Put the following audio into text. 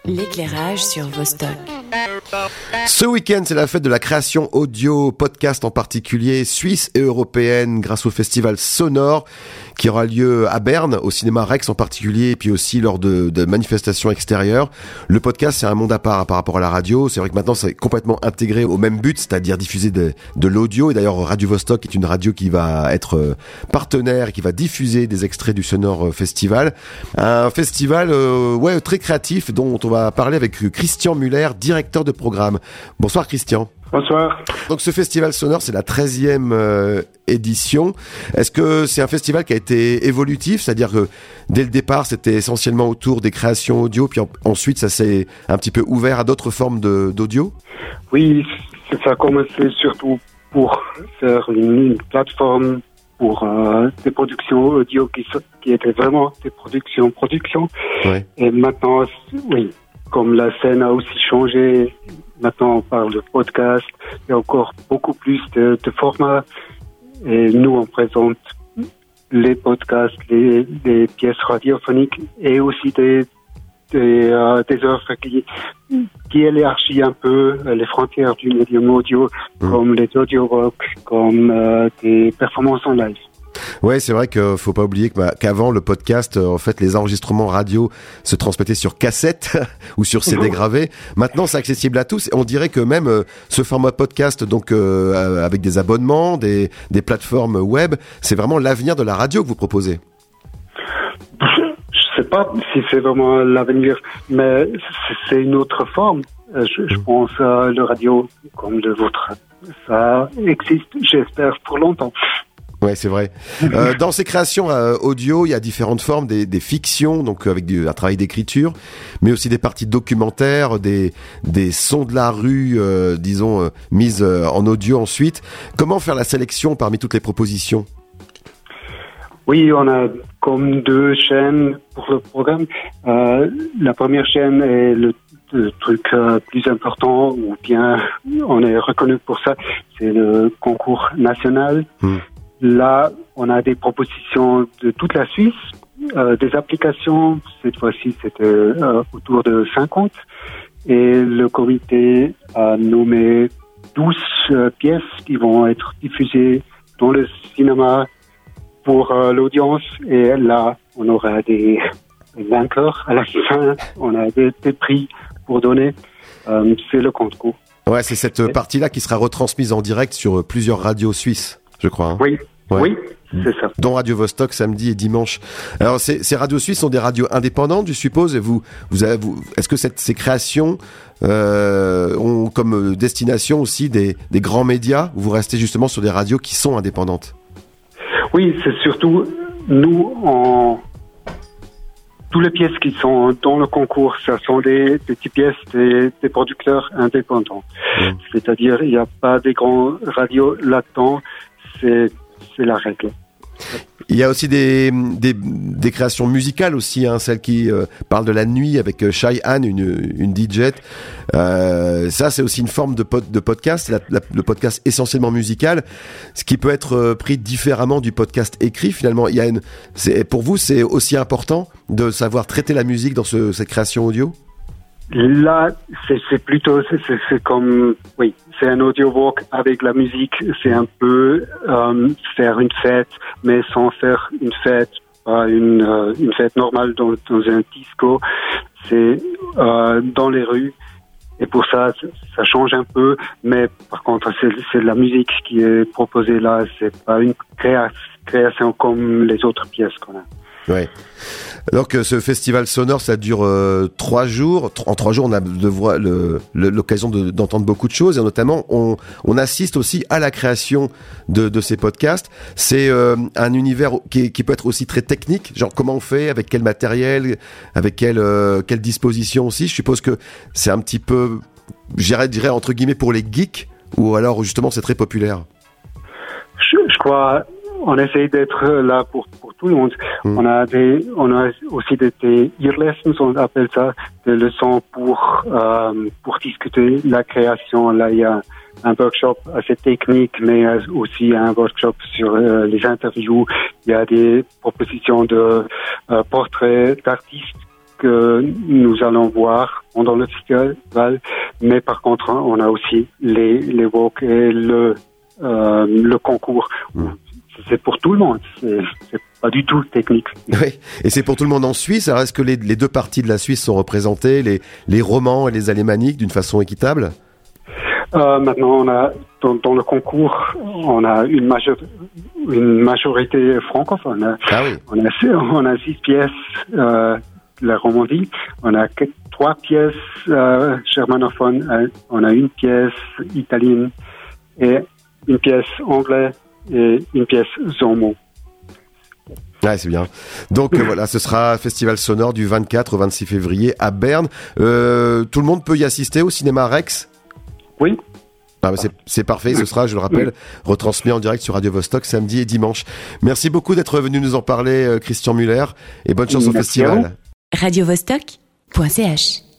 L'éclairage sur Vostok. Ce week-end, c'est la fête de la création audio, podcast en particulier, suisse et européenne, grâce au festival Sonore, qui aura lieu à Berne, au cinéma Rex en particulier, et puis aussi lors de manifestations extérieures. Le podcast, c'est un monde à part par rapport à la radio. C'est vrai que maintenant, c'est complètement intégré au même but, c'est-à-dire diffuser de l'audio. Et d'ailleurs, Radio Vostok est une radio qui va être partenaire et qui va diffuser des extraits du Sonore Festival. Un festival très créatif dont on va parler avec Christian Muller, directeur de programme. Bonsoir Christian. Bonsoir. Donc ce festival sonore, c'est la 13e édition. Est-ce que c'est un festival qui a été évolutif, c'est-à-dire que dès le départ, c'était essentiellement autour des créations audio, puis ensuite ça s'est un petit peu ouvert à d'autres formes d'audio? Oui, ça a commencé surtout pour faire une plateforme pour des productions audio qui étaient vraiment des productions. Ouais. Et maintenant, oui, comme la scène a aussi changé, maintenant on parle de podcast, il y a encore beaucoup plus de formats. Et nous, on présente les podcasts, les pièces radiophoniques et aussi des œuvres qui élargissent un peu les frontières du médium audio, comme les audio rock, comme des performances en live. Ouais, c'est vrai qu'il faut pas oublier qu'avant le podcast, en fait, les enregistrements radio se transmettaient sur cassette ou sur CD gravé. Maintenant, c'est accessible à tous. On dirait que même ce format podcast, donc avec des abonnements, des plateformes web, c'est vraiment l'avenir de la radio que vous proposez. Je sais pas si c'est vraiment l'avenir, mais c'est une autre forme. Je pense à le radio comme le vôtre. Ça existe, j'espère, pour longtemps. Ouais, c'est vrai. Dans ces créations audio, il y a différentes formes, des fictions, donc avec un travail d'écriture, mais aussi des parties documentaires, des sons de la rue, mises en audio ensuite. Comment faire la sélection parmi toutes les propositions? Oui, on a comme 2 chaînes pour le programme. La première chaîne est le truc plus important, ou bien on est reconnu pour ça, c'est le concours national. Là, on a des propositions de toute la Suisse, des applications. Cette fois-ci, c'était autour de 50. Et le comité a nommé 12 pièces qui vont être diffusées dans le cinéma pour l'audience. Et là, on aura des vainqueurs à la fin. On a des prix pour donner. C'est le concours. Ouais, c'est cette partie-là qui sera retransmise en direct sur plusieurs radios suisses, je crois. Hein. Oui. Ouais. Oui, c'est ça. Dont Radio Vostok samedi et dimanche. Alors ces radios suisses sont des radios indépendantes, je suppose. Et est-ce que ces créations ont comme destination aussi des grands médias, ou vous restez justement sur des radios qui sont indépendantes? Oui, c'est surtout nous toutes les pièces qui sont dans le concours, ça sont des petites pièces des producteurs indépendants. C'est-à-dire, il n'y a pas des grands radios là-dedans. C'est la règle. Il y a aussi des créations musicales aussi, hein, celles qui parlent de la nuit avec Shai Han, une DJ. Ça, c'est aussi une forme de podcast, le podcast essentiellement musical, ce qui peut être pris différemment du podcast écrit. Finalement, pour vous, c'est aussi important de savoir traiter la musique dans cette création audio? Là, c'est plutôt, c'est comme, oui, c'est un audio-walk avec la musique. C'est un peu faire une fête, mais sans faire une fête, pas une fête normale dans un disco. C'est dans les rues. Et pour ça change un peu. Mais par contre, c'est de la musique qui est proposée là. C'est pas une création comme les autres pièces qu'on a. Ouais. Donc ce festival sonore, ça dure 3 jours. En 3 jours, on a l'occasion d'entendre beaucoup de choses, et notamment on assiste aussi à la création de ces podcasts. C'est un univers qui peut être aussi très technique, genre comment on fait, avec quel matériel, avec quelle disposition aussi. Je suppose que c'est un petit peu, je dirais entre guillemets, pour les geeks, ou alors justement c'est très populaire. Je crois. On essaye d'être là pour tout le monde. On a aussi des ear lessons, on appelle ça, des leçons pour discuter la création. Là, il y a un workshop assez technique, mais aussi un workshop sur les interviews. Il y a des propositions de portraits d'artistes que nous allons voir pendant le festival, mais par contre, on a aussi les walks et le concours. C'est pour tout le monde, c'est pas du tout technique. Oui, et c'est pour tout le monde en Suisse. Alors est-ce que les deux parties de la Suisse sont représentées, les romans et les alémaniques, d'une façon équitable? Maintenant, on a dans le concours, on a une majorité francophone. Ah oui. On a 6 pièces la Romandie, on a 3 pièces germanophones, on a une pièce italienne et une pièce anglaise et une pièce zomo. Ouais, c'est bien. Donc voilà, ce sera Festival Sonore du 24 au 26 février à Berne. Tout le monde peut y assister au cinéma Rex? Oui. Ah, c'est parfait, ce sera, je le rappelle, retransmis en direct sur Radio Vostok samedi et dimanche. Merci beaucoup d'être venu nous en parler, Christian Muller, et bonne chance au festival. radiovostok.ch